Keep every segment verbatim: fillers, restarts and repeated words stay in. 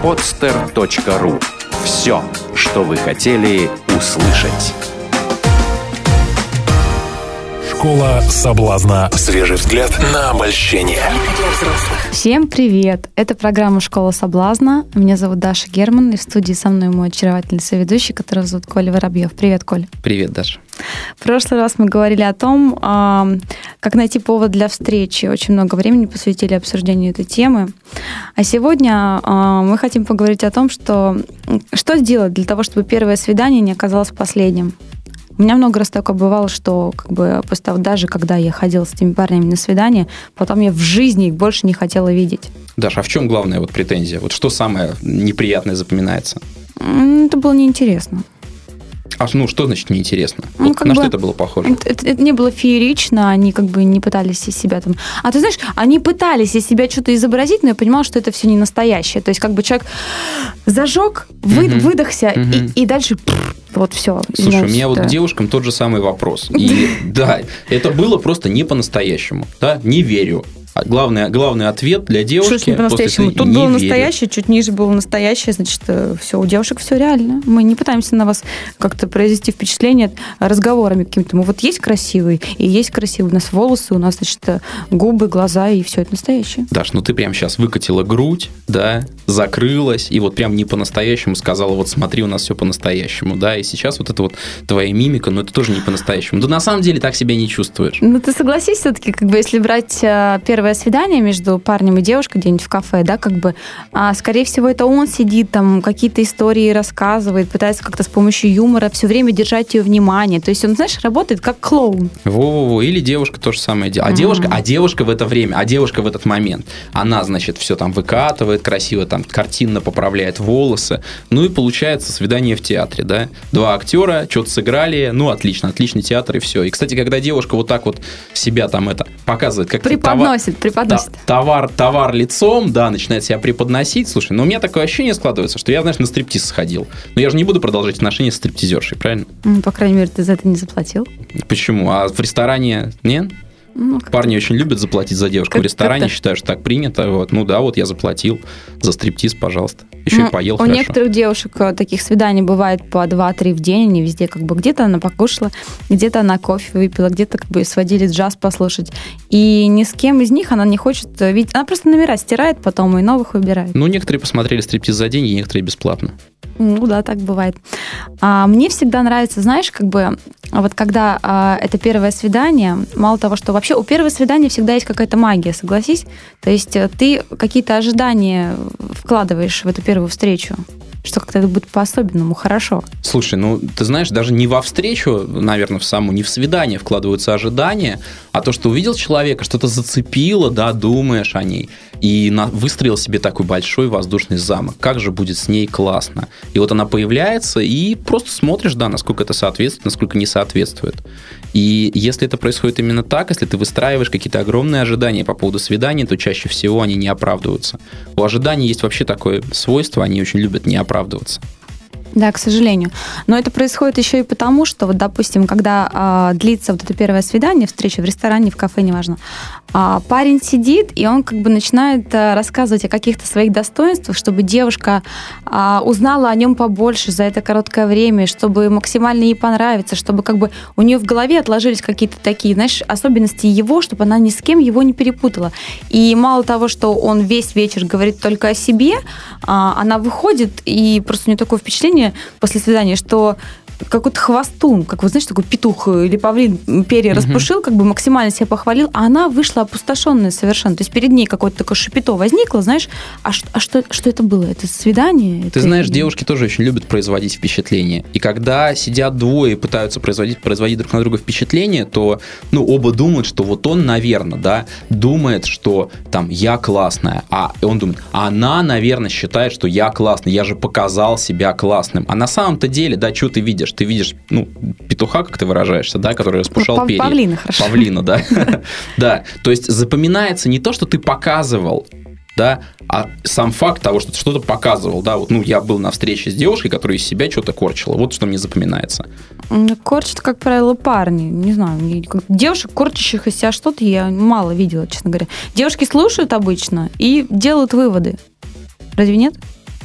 подстер точка ру. Все, что вы хотели услышать. Школа соблазна. Свежий взгляд на обольщение. Всем привет! Это программа «Школа соблазна». Меня зовут Даша Герман, и в студии со мной мой очаровательный соведущий, которого зовут Коля Воробьев. Привет, Коля. Привет, Даша. В прошлый раз мы говорили о том, как найти повод для встречи. Очень много времени посвятили обсуждению этой темы. А сегодня мы хотим поговорить о том, что, что сделать для того, чтобы первое свидание не оказалось последним. У меня много раз такое бывало, что как бы после того, даже когда я ходила с этими парнями на свидание, потом я в жизни их больше не хотела видеть. Даша, а в чем главная вот претензия? Вот что самое неприятное запоминается? Это было неинтересно. А ну что значит неинтересно? Ну, вот на бы, что это было похоже? Это, это, это не было феерично, они как бы не пытались из себя там... А ты знаешь, они пытались из себя что-то изобразить, но я понимала, что это все не настоящее. То есть как бы человек зажег, вы, uh-huh. выдохся, uh-huh. И, и дальше... Вот все. Слушай, у меня вот к девушкам тот же самый вопрос. И да, это было просто не по-настоящему. Да, не верю. Главный, главный ответ для девушки... Что не по-настоящему? Тут было настоящее, чуть ниже было настоящее, значит, все, у девушек все реально. Мы не пытаемся на вас как-то произвести впечатление разговорами какими-то. Мы вот есть красивые, и есть красивые. У нас волосы, у нас, значит, губы, глаза, и все это настоящее. Даш, ну ты прям сейчас выкатила грудь, да, закрылась, и вот прям не по-настоящему сказала, вот смотри, у нас все по-настоящему, да, и сейчас вот это вот твоя мимика, но это тоже не по-настоящему. Да на самом деле так себя не чувствуешь. Ну ты согласись все-таки, как бы, если брать первое свидание между парнем и девушкой где-нибудь в кафе, да, как бы, а, скорее всего, это он сидит там, какие-то истории рассказывает, пытается как-то с помощью юмора все время держать ее внимание. То есть он, знаешь, работает как клоун. Во-во-во, или девушка то же самое делает. А, mm-hmm. девушка, а девушка в это время, а девушка в этот момент, она, значит, все там выкатывает, красиво там картинно поправляет волосы, ну и получается свидание в театре, да. Два актера, что-то сыграли, ну отлично, отличный театр и все. И, кстати, когда девушка вот так вот себя там это показывает, как преподносит, преподносит. Товар, товар лицом, да, начинает себя преподносить. Слушай, ну у меня такое ощущение складывается, что я, знаешь, на стриптиз сходил. Но я же не буду продолжать отношения с стриптизершей, правильно? Ну, по крайней мере, ты за это не заплатил. Почему? А в ресторане нет? Ну, парни очень любят заплатить за девушку как, в ресторане, как-то... считаю, что так принято. Вот. Ну да, вот я заплатил за стриптиз, пожалуйста. Еще ну, и поел у хорошо. У некоторых девушек таких свиданий бывает по два-три в день, они везде как бы где-то она покушала, где-то она кофе выпила, где-то как бы сводили джаз послушать. И ни с кем из них она не хочет видеть. Она просто номера стирает потом и новых выбирает. Ну, некоторые посмотрели стриптиз за деньги, некоторые бесплатно. Ну да, так бывает. А, мне всегда нравится, знаешь, как бы вот когда а, это первое свидание, мало того, что вообще у первого свидания всегда есть какая-то магия, согласись? То есть ты какие-то ожидания вкладываешь в эту первую встречу, что как-то это будет по-особенному хорошо. Слушай, ну, ты знаешь, даже не во встречу, наверное, в саму, не в свидание вкладываются ожидания, а то, что увидел человека, что-то зацепило, да, думаешь о ней, и на, выстроил себе такой большой воздушный замок. Как же будет с ней классно. И вот она появляется, и просто смотришь, да, насколько это соответствует, насколько не соответствует. И если это происходит именно так, если ты выстраиваешь какие-то огромные ожидания по поводу свидания, то чаще всего они не оправдываются. У ожиданий есть вообще такое свойство, они очень любят не оправдываться. Да, к сожалению. Но это происходит еще и потому, что, вот, допустим, когда э, длится вот это первое свидание, встреча в ресторане, в кафе, неважно, э, парень сидит, и он как бы начинает э, рассказывать о каких-то своих достоинствах, чтобы девушка э, узнала о нем побольше за это короткое время, чтобы максимально ей понравиться, чтобы как бы у нее в голове отложились какие-то такие, знаешь, особенности его, чтобы она ни с кем его не перепутала. И мало того, что он весь вечер говорит только о себе, э, она выходит, и просто у нее такое впечатление после свидания, что какой-то хвостун, как вы знаете, такой петух или павлин перья uh-huh. распушил, как бы максимально себя похвалил, а она вышла опустошенная совершенно. То есть перед ней какое-то такое шапито возникло, знаешь, а, что, а что, что это было? Это свидание? Ты это... знаешь, девушки тоже очень любят производить впечатление. И когда сидят двое и пытаются производить, производить друг на друга впечатление, то ну, оба думают, что вот он, наверное, да, думает, что там я классная, а он думает, а она, наверное, считает, что я классный, я же показал себя классным. А на самом-то деле, да, что ты видишь? Ты видишь, ну, петуха, как ты выражаешься, да, который распушал ну, перья. Павлина, хорошо. Павлина, да. Да, то есть запоминается не то, что ты показывал, да, а сам факт того, что ты что-то показывал, да, вот, ну, я был на встрече с девушкой, которая из себя что-то корчила, вот что мне запоминается. Корчат, как правило, парни, не знаю, девушек, корчащих из себя что-то, я мало видела, честно говоря. Девушки слушают обычно и делают выводы. Разве нет?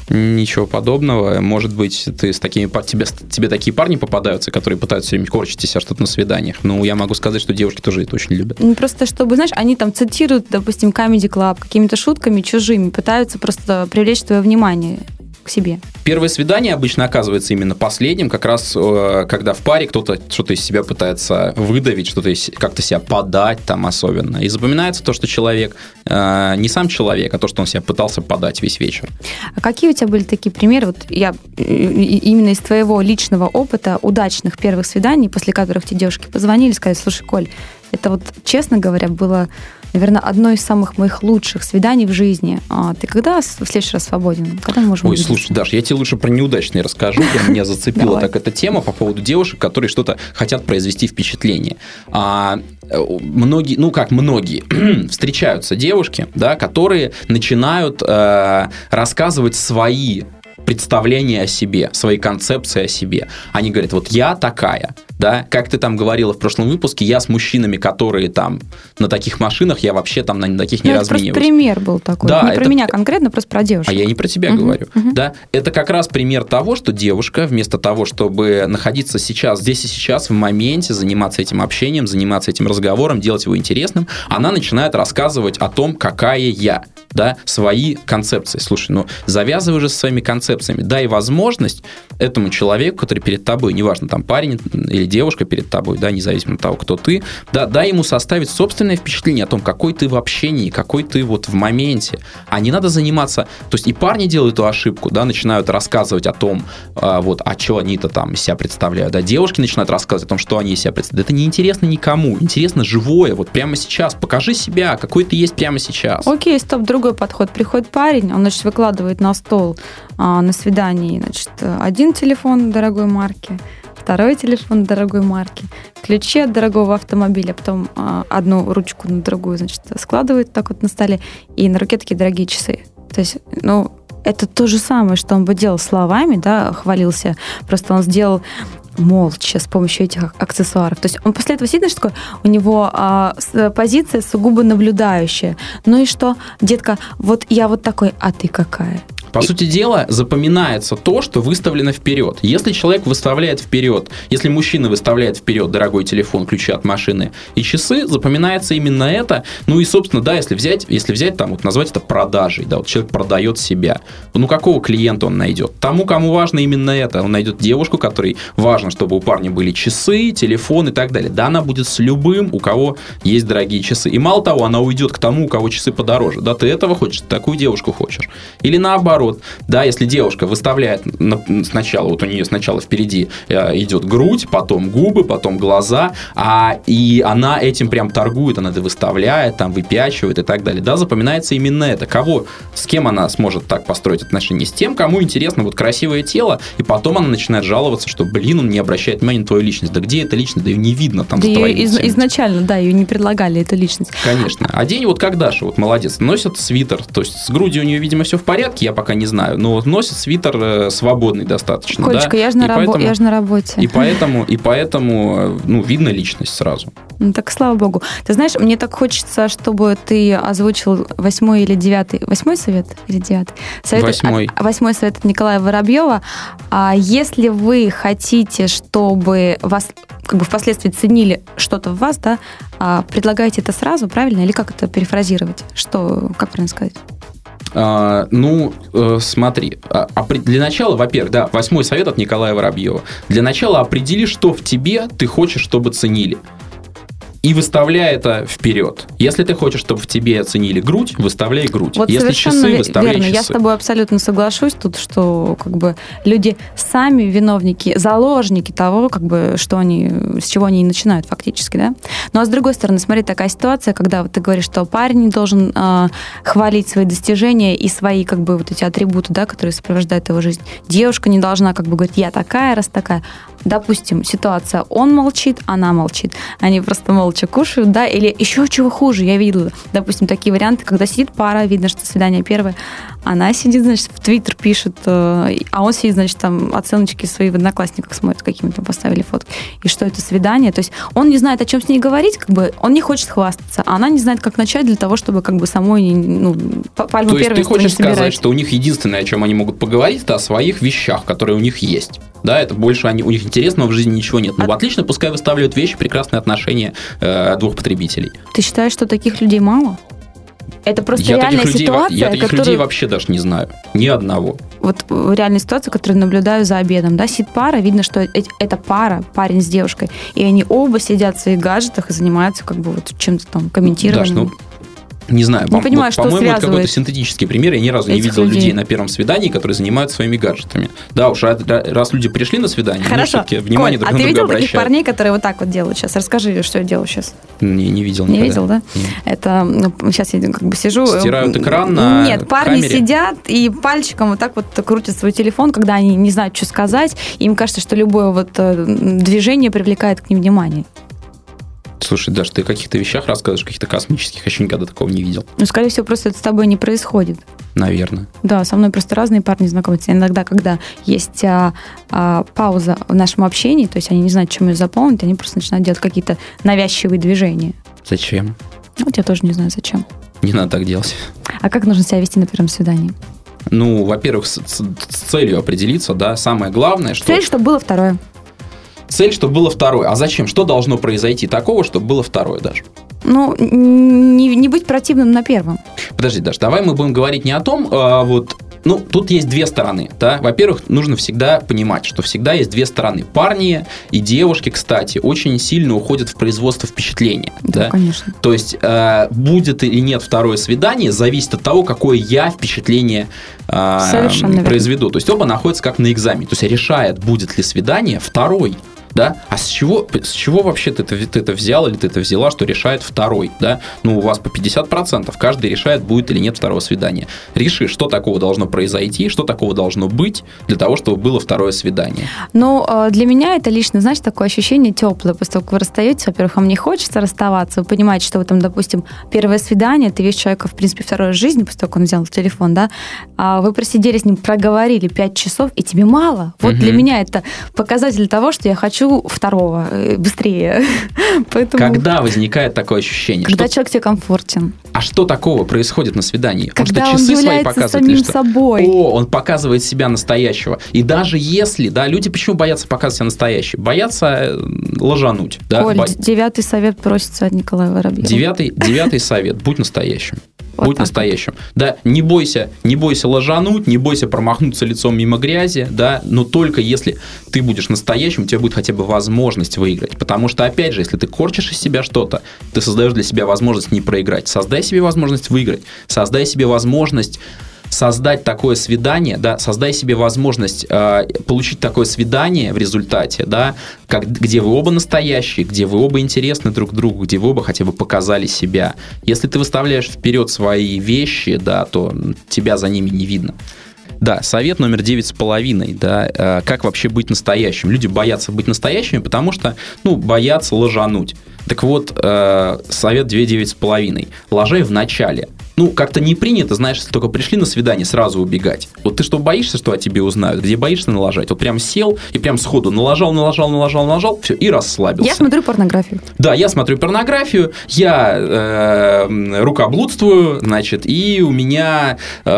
Ничего подобного. Может быть, ты с такими, тебе, тебе такие парни попадаются, которые пытаются все время корчить из себя что-то на свиданиях. Ну, я могу сказать, что девушки тоже это очень любят. Просто чтобы, знаешь, они там цитируют, допустим, Comedy Club какими-то шутками чужими, пытаются просто привлечь твое внимание к себе. Первое свидание обычно оказывается именно последним, как раз когда в паре кто-то что-то из себя пытается выдавить, что-то как-то себя подать там особенно. И запоминается то, что человек не сам человек, а то, что он себя пытался подать весь вечер. А какие у тебя были такие примеры, вот я именно из твоего личного опыта удачных первых свиданий, после которых тебе девушки позвонили и сказали: слушай, Коль, это вот, честно говоря, было, наверное, одно из самых моих лучших свиданий в жизни. А ты когда в следующий раз свободен? Когда мы можем Ой, увидеться? слушай, Даш, я тебе лучше про неудачные расскажу. Меня зацепила так эта тема по поводу девушек, которые что-то хотят произвести впечатление. А, многие, ну как многие, встречаются девушки, да, которые начинают э, рассказывать свои представления о себе, свои концепции о себе. Они говорят: вот я такая, да, как ты там говорила в прошлом выпуске, я с мужчинами, которые там на таких машинах, я вообще там на таких не ну, размениваюсь. Это просто пример был такой. Да, не это... про меня конкретно, просто про девушек. А я не про тебя uh-huh, говорю. uh-huh. Да? Это как раз пример того, что девушка, вместо того, чтобы находиться сейчас, здесь и сейчас, в моменте, заниматься этим общением, заниматься этим разговором, делать его интересным, она начинает рассказывать о том, какая я, да, свои концепции. Слушай, ну завязывай же со своими концепциями. Дай возможность этому человеку, который перед тобой, неважно, там парень или девушка перед тобой, да, независимо от того, кто ты, да, дай ему составить собственное впечатление о том, какой ты в общении, какой ты вот в моменте. А не надо заниматься... То есть и парни делают эту ошибку, да, начинают рассказывать о том, а, вот, а что они-то там из себя представляют, да, девушки начинают рассказывать о том, что они из себя представляют. Это не интересно никому, интересно живое, вот прямо сейчас. Покажи себя, какой ты есть прямо сейчас. Окей, стоп, другой подход. Приходит парень, он, значит, выкладывает на стол а, на свидании, значит, один телефон дорогой марки, второй телефон дорогой марки, ключи от дорогого автомобиля, потом а, одну ручку на другую, значит, складывает так вот на столе, и на руке такие дорогие часы. То есть, ну, это то же самое, что он бы делал словами, да, хвалился, просто он сделал молча с помощью этих аксессуаров. То есть он после этого сидит, что такое, у него а, позиция сугубо наблюдающая. Ну и что, детка, вот я вот такой, а ты какая? По сути дела, запоминается то, что выставлено вперед. Если человек выставляет вперед, если мужчина выставляет вперед дорогой телефон, ключи от машины и часы, запоминается именно это. Ну и, собственно, да, если взять, если взять там, вот назвать это продажей, да, вот человек продает себя. Ну, какого клиента он найдет? Тому, кому важно именно это. Он найдет девушку, которой важно, чтобы у парня были часы, телефон и так далее. Да, она будет с любым, у кого есть дорогие часы. И мало того, она уйдет к тому, у кого часы подороже. Да, ты этого хочешь, ты такую девушку хочешь. Или наоборот, да, если девушка выставляет сначала, вот у нее сначала впереди идет грудь, потом губы, потом глаза, а, и она этим прям торгует, она это выставляет, там, выпячивает и так далее. Да, запоминается именно это. Кого, с кем она сможет так построить отношения? С тем, кому интересно вот красивое тело, и потом она начинает жаловаться, что, блин, он не обращает внимания на твою личность. Да где эта личность? Да ее не видно там да за твоей из, изначально, да, ее не предлагали, эту личность. Конечно. А день вот как Даша, вот молодец, носит свитер, то есть с грудью у нее, видимо, все в порядке, я пока не знаю, но носит свитер э, свободный достаточно. Колечка, да? я же на, рабо- поэтому, я же на работе. И поэтому, и поэтому ну, видно личность сразу. Ну, так слава богу. Ты знаешь, мне так хочется, чтобы ты озвучил восьмой или девятый, восьмой совет или девятый? Совет восьмой. От, восьмой совет от Николая Воробьева. А если вы хотите, чтобы вас как бы впоследствии ценили что-то в вас, да, а предлагайте это сразу, правильно? Или как это перефразировать? Что, как правильно сказать? А, ну, э, смотри, а, для начала, во-первых, да, восьмой совет от Николая Воробьева. Для начала определи, что в тебе ты хочешь, чтобы ценили. И выставляй это вперед. Если ты хочешь, чтобы в тебе оценили грудь, выставляй грудь. Вот если часы, выставляй верно. часы. Я с тобой абсолютно соглашусь тут, что как бы люди сами виновники, заложники того, как бы, что они, с чего они начинают фактически, да. Ну а с другой стороны, смотри, такая ситуация, когда вот ты говоришь, что парень не должен э, хвалить свои достижения и свои как бы вот эти атрибуты, да, которые сопровождают его жизнь. Девушка не должна как бы говорить, я такая, раз такая. Допустим, ситуация, он молчит, она молчит. Они просто молчат. молча кушают, да, или еще чего хуже, я видела, допустим, такие варианты, когда сидит пара, видно, что свидание первое, она сидит, значит, в Твиттер пишет, а он сидит, значит, там оценочки свои в Одноклассниках смотрит, какими-то поставили фотки, и что это свидание, то есть он не знает, о чем с ней говорить, как бы, он не хочет хвастаться, а она не знает, как начать для того, чтобы как бы самой, ну, пальму первенства не собирать. То есть ты хочешь сказать, что у них единственное, о чем они могут поговорить, это о своих вещах, которые у них есть. Да, это больше они, у них интересного в жизни ничего нет. Ну, а... отлично, пускай выставляют вещи, прекрасные отношения э, двух потребителей. Ты считаешь, что таких людей мало? Это просто я реальная таких людей, ситуация, Я таких которую... людей вообще даже не знаю. Ни одного. Вот реальная ситуация, которую наблюдаю за обедом. Да, сидит пара, видно, что это пара, парень с девушкой. И они оба сидят в своих гаджетах и занимаются как бы вот чем-то там комментированием. Даш, ну... Не знаю, не по- понимаю, вот, что по-моему, связывает это какой-то синтетический пример. Я ни разу не видел людей. людей на первом свидании, которые занимаются своими гаджетами. Да уж, раз люди пришли на свидание, они все-таки внимание Коль, друг на друга обращают. А ты видел обращают. таких парней, которые вот так вот делают сейчас? Расскажи, что я делаю сейчас. Не, не видел никогда. Не видел, да? Нет. Это, ну, сейчас я как бы сижу. Стирают экран на Нет, парни камере. сидят и пальчиком вот так вот крутят свой телефон, когда они не знают, что сказать. И им кажется, что любое вот движение привлекает к ним внимание. Слушай, Даш, ты о каких-то вещах рассказываешь, каких-то космических, еще никогда такого не видел. Ну, скорее всего, просто это с тобой не происходит. Наверное. Да, со мной просто разные парни знакомятся. Иногда, когда есть а, а, пауза в нашем общении, то есть они не знают, чем ее заполнить, они просто начинают делать какие-то навязчивые движения. Зачем? Вот я тоже не знаю, зачем. Не надо так делать. А как нужно себя вести на первом свидании? Ну, во-первых, с, с, с целью определиться, да, самое главное, что... Цель, чтобы было второе. Цель, чтобы было второе. А зачем? Что должно произойти такого, чтобы было второе даже? Ну, не, не быть противным на первом. Подожди, Даш, давай мы будем говорить не о том, а вот... Ну, тут есть две стороны, да. Во-первых, нужно всегда понимать, что всегда есть две стороны. Парни и девушки, кстати, очень сильно уходят в производство впечатления. Да, да? конечно. То есть, э, будет или нет второе свидание, зависит от того, какое я впечатление э, произведу. То есть, оба находятся как на экзамене. То есть, решает, будет ли свидание второй. Да? А с чего, с чего вообще ты это, ты это взял или ты это взяла, что решает второй? Да? Ну, у вас по пятьдесят процентов. Каждый решает, будет или нет второго свидания. Реши, что такого должно произойти, что такого должно быть для того, чтобы было второе свидание. Ну, для меня это лично, знаешь, такое ощущение теплое. После того, как вы расстаетесь, во-первых, вам не хочется расставаться. Вы понимаете, что вы там, допустим, первое свидание, ты видишь человека, в принципе, второй жизни, после того, как он взял телефон, да, а вы просидели с ним, проговорили пять часов, и тебе мало. Вот угу. Для меня это показатель того, что я хочу второго, быстрее. Поэтому... Когда возникает такое ощущение? Когда что... человек тебе комфортен. А что такого происходит на свидании? Когда он, что, часы он свои показывает, самим или что? собой. О, он показывает себя настоящего. И даже если, да, люди почему боятся показывать себя настоящим? Боятся ложануть. Да? Оль, Бо... девятый совет просится от Николая Воробьева. Девятый, девятый совет. Будь настоящим. Вот Будь так. настоящим. Да, не бойся, не бойся ложануть, не бойся промахнуться лицом мимо грязи, да, но только если ты будешь настоящим, у тебя будет хотя бы возможность выиграть. Потому что, опять же, если ты корчишь из себя что-то, ты создаешь для себя возможность не проиграть. Создай себе возможность выиграть. Создай себе возможность создать такое свидание, да, создай себе возможность э, получить такое свидание в результате, да, как, где вы оба настоящие, где вы оба интересны друг другу, где вы оба хотя бы показали себя. Если ты выставляешь вперед свои вещи, да, то тебя за ними не видно. Да, совет номер девять с половиной, да, э, как вообще быть настоящим. Люди боятся быть настоящими, потому что, ну, боятся ложануть. Так вот, э, совет девять с половиной. Ложай в начале. Ну, как-то не принято, знаешь, если только пришли на свидание, сразу убегать. Вот ты что, боишься, что о тебе узнают? Где боишься налажать? Вот прям сел и прям сходу налажал, налажал, налажал, налажал, все, и расслабился. Я смотрю порнографию. Да, я смотрю порнографию, я э, рукоблудствую, значит, и у меня э,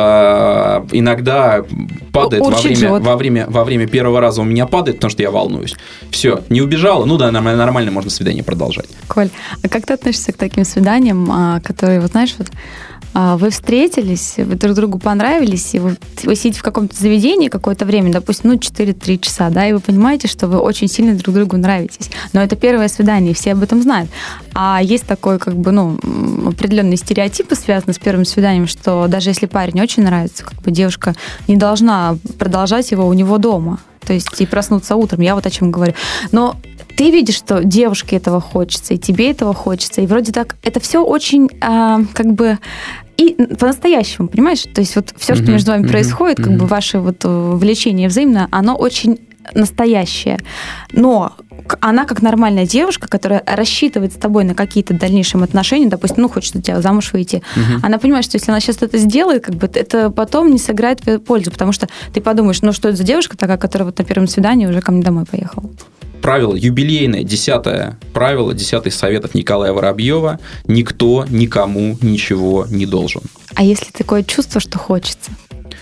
иногда падает во время, во, время, во время первого раза у меня падает, потому что я волнуюсь. Все, не убежала, ну да, нормально, нормально можно свидание продолжать. Коль, а как ты относишься к таким свиданиям, которые, вот знаешь, вот вы встретились, вы друг другу понравились, и вы, вы сидите в каком-то заведении какое-то время, допустим, ну, четыре-три часа, да, и вы понимаете, что вы очень сильно друг другу нравитесь. Но это первое свидание, и все об этом знают. А есть такой, как бы, ну, определенные стереотипы, связанные с первым свиданием, что даже если парень очень нравится, как бы девушка не должна продолжать его у него дома. То есть и проснуться утром, я вот о чем говорю. Но ты видишь, что девушке этого хочется, и тебе этого хочется, и вроде так это все очень, а, как бы, и по-настоящему, понимаешь? То есть вот все, что mm-hmm. между вами mm-hmm. происходит, как mm-hmm. бы ваше вот влечение взаимное, оно очень настоящее. Но она как нормальная девушка, которая рассчитывает с тобой на какие-то дальнейшие отношения, допустим, ну, хочет за тебя замуж выйти, угу. она понимает, что если она сейчас это сделает, как бы это потом не сыграет в пользу, потому что ты подумаешь, ну, что это за девушка такая, которая вот на первом свидании уже ко мне домой поехала. Правило юбилейное, десятое правило, десятый совет от Николая Воробьева: никто никому ничего не должен. А если такое чувство, что хочется?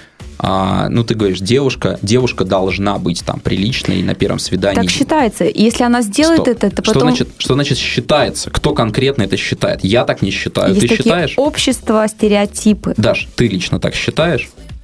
А, ну, ты говоришь, девушка, девушка должна быть там приличной на первом свидании. Так считается. Если она сделает Стоп. это, то потом... Что значит, что значит считается? Кто конкретно это считает? Я так не считаю. Есть ты такие считаешь? общества, стереотипы. Даш, ты лично так считаешь?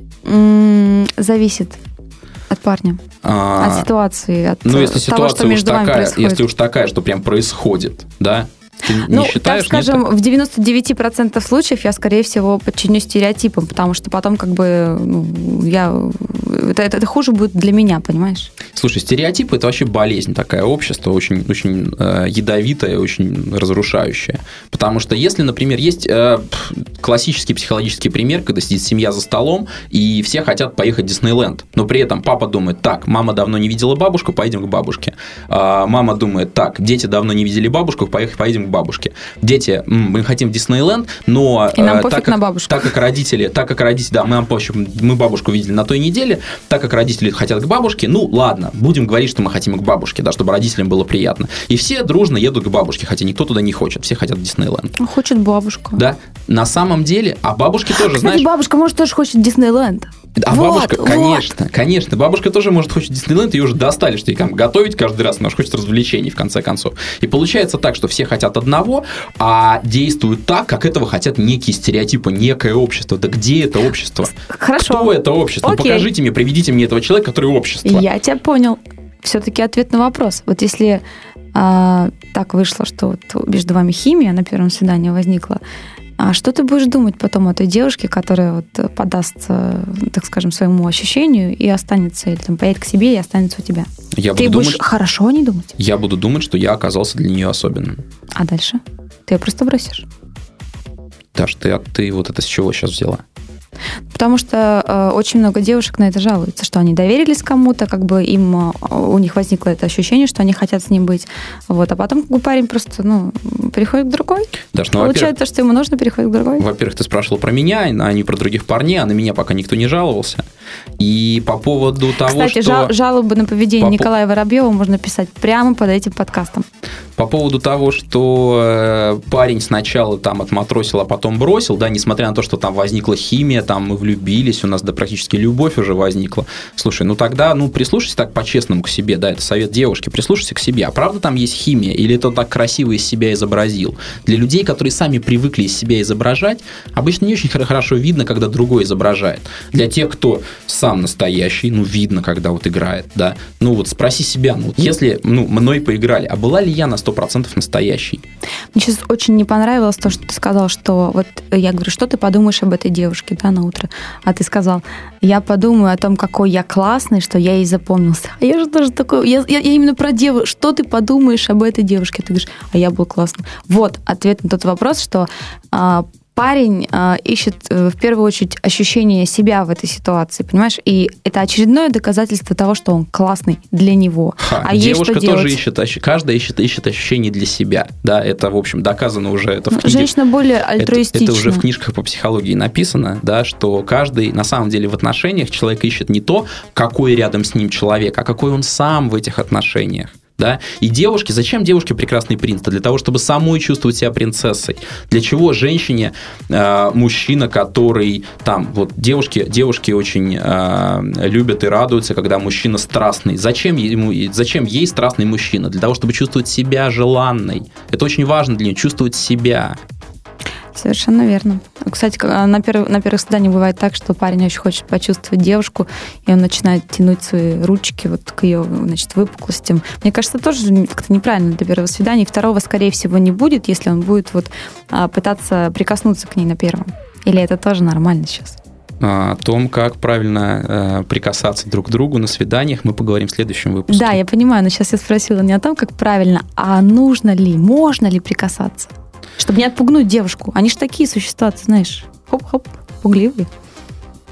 М-м, зависит от парня. А, от ситуации, от ну, если того, ситуация что между уж вами такая, происходит. Если уж такая, что прям происходит, да? Ты ну, не считаешь, так скажем, нет? в девяносто девять процентов случаев я, скорее всего, подчинюсь стереотипам, потому что потом как бы ну, я... это, это, это хуже будет для меня, понимаешь? Слушай, стереотипы – это вообще болезнь такая, общество очень, очень э, ядовитое, очень разрушающее. Потому что если, например, есть э, классический психологический пример, когда сидит семья за столом, и все хотят поехать в Диснейленд, но при этом папа думает: так, мама давно не видела бабушку, поедем к бабушке. А мама думает: так, дети давно не видели бабушку, поехали, поедем к бабушке. Дети, мы хотим в Диснейленд, но и нам э, пофиг так, на как, бабушку. так как родители, так как родители, да, мы нам пофиг, мы бабушку видели на той неделе, так как родители хотят к бабушке, ну ладно, будем говорить, что мы хотим к бабушке, да, чтобы родителям было приятно. И все дружно едут к бабушке, хотя никто туда не хочет, все хотят в Диснейленд. Хочет бабушку. Да, на самом деле, а бабушки тоже, Кстати, знаешь... бабушка, может, тоже хочет Диснейленд. А вот, бабушка, вот. конечно, конечно, бабушка тоже может хочет Диснейленд, ее уже достали, что ей там готовить каждый раз, она же хочет развлечений, в конце концов. И получается так, что все хотят одного, а действуют так, как этого хотят некие стереотипы, некое общество. Да где это общество? Хорошо. Кто это общество? Окей. Покажите мне, приведите мне этого человека, который общество. Я тебя понял. Все-таки ответ на вопрос. Вот если а, так вышло, что вот между вами химия на первом свидании возникла, а что ты будешь думать потом о той девушке, которая вот подастся, так скажем, своему ощущению и останется, или там поедет к себе и останется у тебя? Я ты буду будешь думать, хорошо не думать? Я буду думать, что я оказался для нее особенным. А дальше? Ты ее просто бросишь? Даш, ты, а ты вот это с чего сейчас взяла? Потому что э, очень много девушек на это жалуются, что они доверились кому-то, как бы им, э, у них возникло это ощущение, что они хотят с ним быть. Вот, а потом как бы парень просто, ну, переходит к другой. Даш, ну, получается, что ему нужно, переходит к другой. Во-первых, ты спрашивал про меня, а не про других парней, а на меня пока никто не жаловался. И по поводу того, Кстати, что... жал, жалобы на поведение по... Николая Воробьева можно писать прямо под этим подкастом. По поводу того, что э, парень сначала там отматросил, а потом бросил, да, несмотря на то, что там возникла химия, там мы влюбились, у нас да практически любовь уже возникла. Слушай, ну тогда, ну, прислушайся так по-честному к себе, да, это совет девушки, прислушайся к себе. А правда там есть химия? Или это так красиво из себя изобразил? Для людей, которые сами привыкли из себя изображать, обычно не очень хорошо видно, когда другой изображает. Для тех, кто сам настоящий, ну, видно, когда вот играет, да. Ну, вот спроси себя, ну, вот если, ну, мной поиграли, а была ли я на сто процентов настоящий? Мне сейчас очень не понравилось то, что ты сказал, что вот я говорю, что ты подумаешь об этой девушке, да, на утро? А ты сказал, я подумаю о том, какой я классный, что я ей запомнился. А я же тоже такой, я, я, я именно про девушку, что ты подумаешь об этой девушке? Ты говоришь, а я был классным. Вот ответ на тот вопрос, что а, парень а, ищет а, в первую очередь ощущение себя в этой ситуации, понимаешь? И это очередное доказательство того, что он классный для него. Ха, а девушка ей что тоже делать? ищет, каждая ищет, ищет ощущений для себя. Да, это, в общем, доказано уже. Это в книге, Женщина более альтруистична. Это, это уже в книжках по психологии написано, да, что каждый, на самом деле, в отношениях человек ищет не то, какой рядом с ним человек, а какой он сам в этих отношениях. Да? И девушки, зачем девушке прекрасный принц? Для того, чтобы самой чувствовать себя принцессой. Для чего женщине э, мужчина, который там, вот девушки, девушки очень э, любят и радуются, когда мужчина страстный. Зачем ему, зачем ей страстный мужчина? Для того, чтобы чувствовать себя желанной. Это очень важно для нее, чувствовать себя. Совершенно верно. Кстати, на, перв... на первых свиданиях бывает так, что парень очень хочет почувствовать девушку, и он начинает тянуть свои ручки вот к ее, значит, выпуклостям. Мне кажется, тоже как-то неправильно для первого свидания. И второго, скорее всего, не будет, если он будет вот пытаться прикоснуться к ней на первом. Или это тоже нормально сейчас? О том, как правильно э, прикасаться друг к другу на свиданиях, мы поговорим в следующем выпуске. Да, я понимаю, но сейчас я спросила не о том, как правильно, а нужно ли, можно ли прикасаться? Чтобы не отпугнуть девушку. Они же такие существа, ты знаешь. Хоп-хоп, пугливые.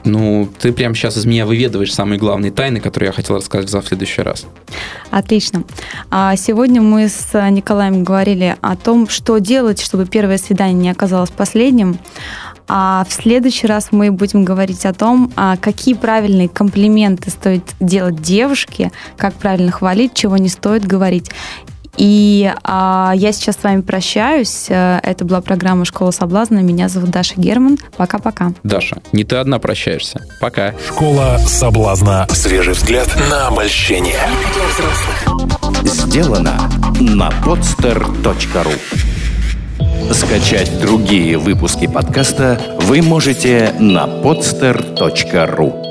Ну, ты прямо сейчас из меня выведываешь самые главные тайны, которые я хотел рассказать в следующий раз. Отлично. Сегодня мы с Николаем говорили о том, что делать, чтобы первое свидание не оказалось последним. А в следующий раз мы будем говорить о том, какие правильные комплименты стоит делать девушке, как правильно хвалить, чего не стоит говорить. И а, я сейчас с вами прощаюсь. Это была программа «Школа соблазна». Меня зовут Даша Герман. Пока-пока. Даша, не ты одна прощаешься. Пока. Школа соблазна. Свежий взгляд на обольщение. Сделано на подстер точка ру. Скачать другие выпуски подкаста вы можете на подстер точка ру.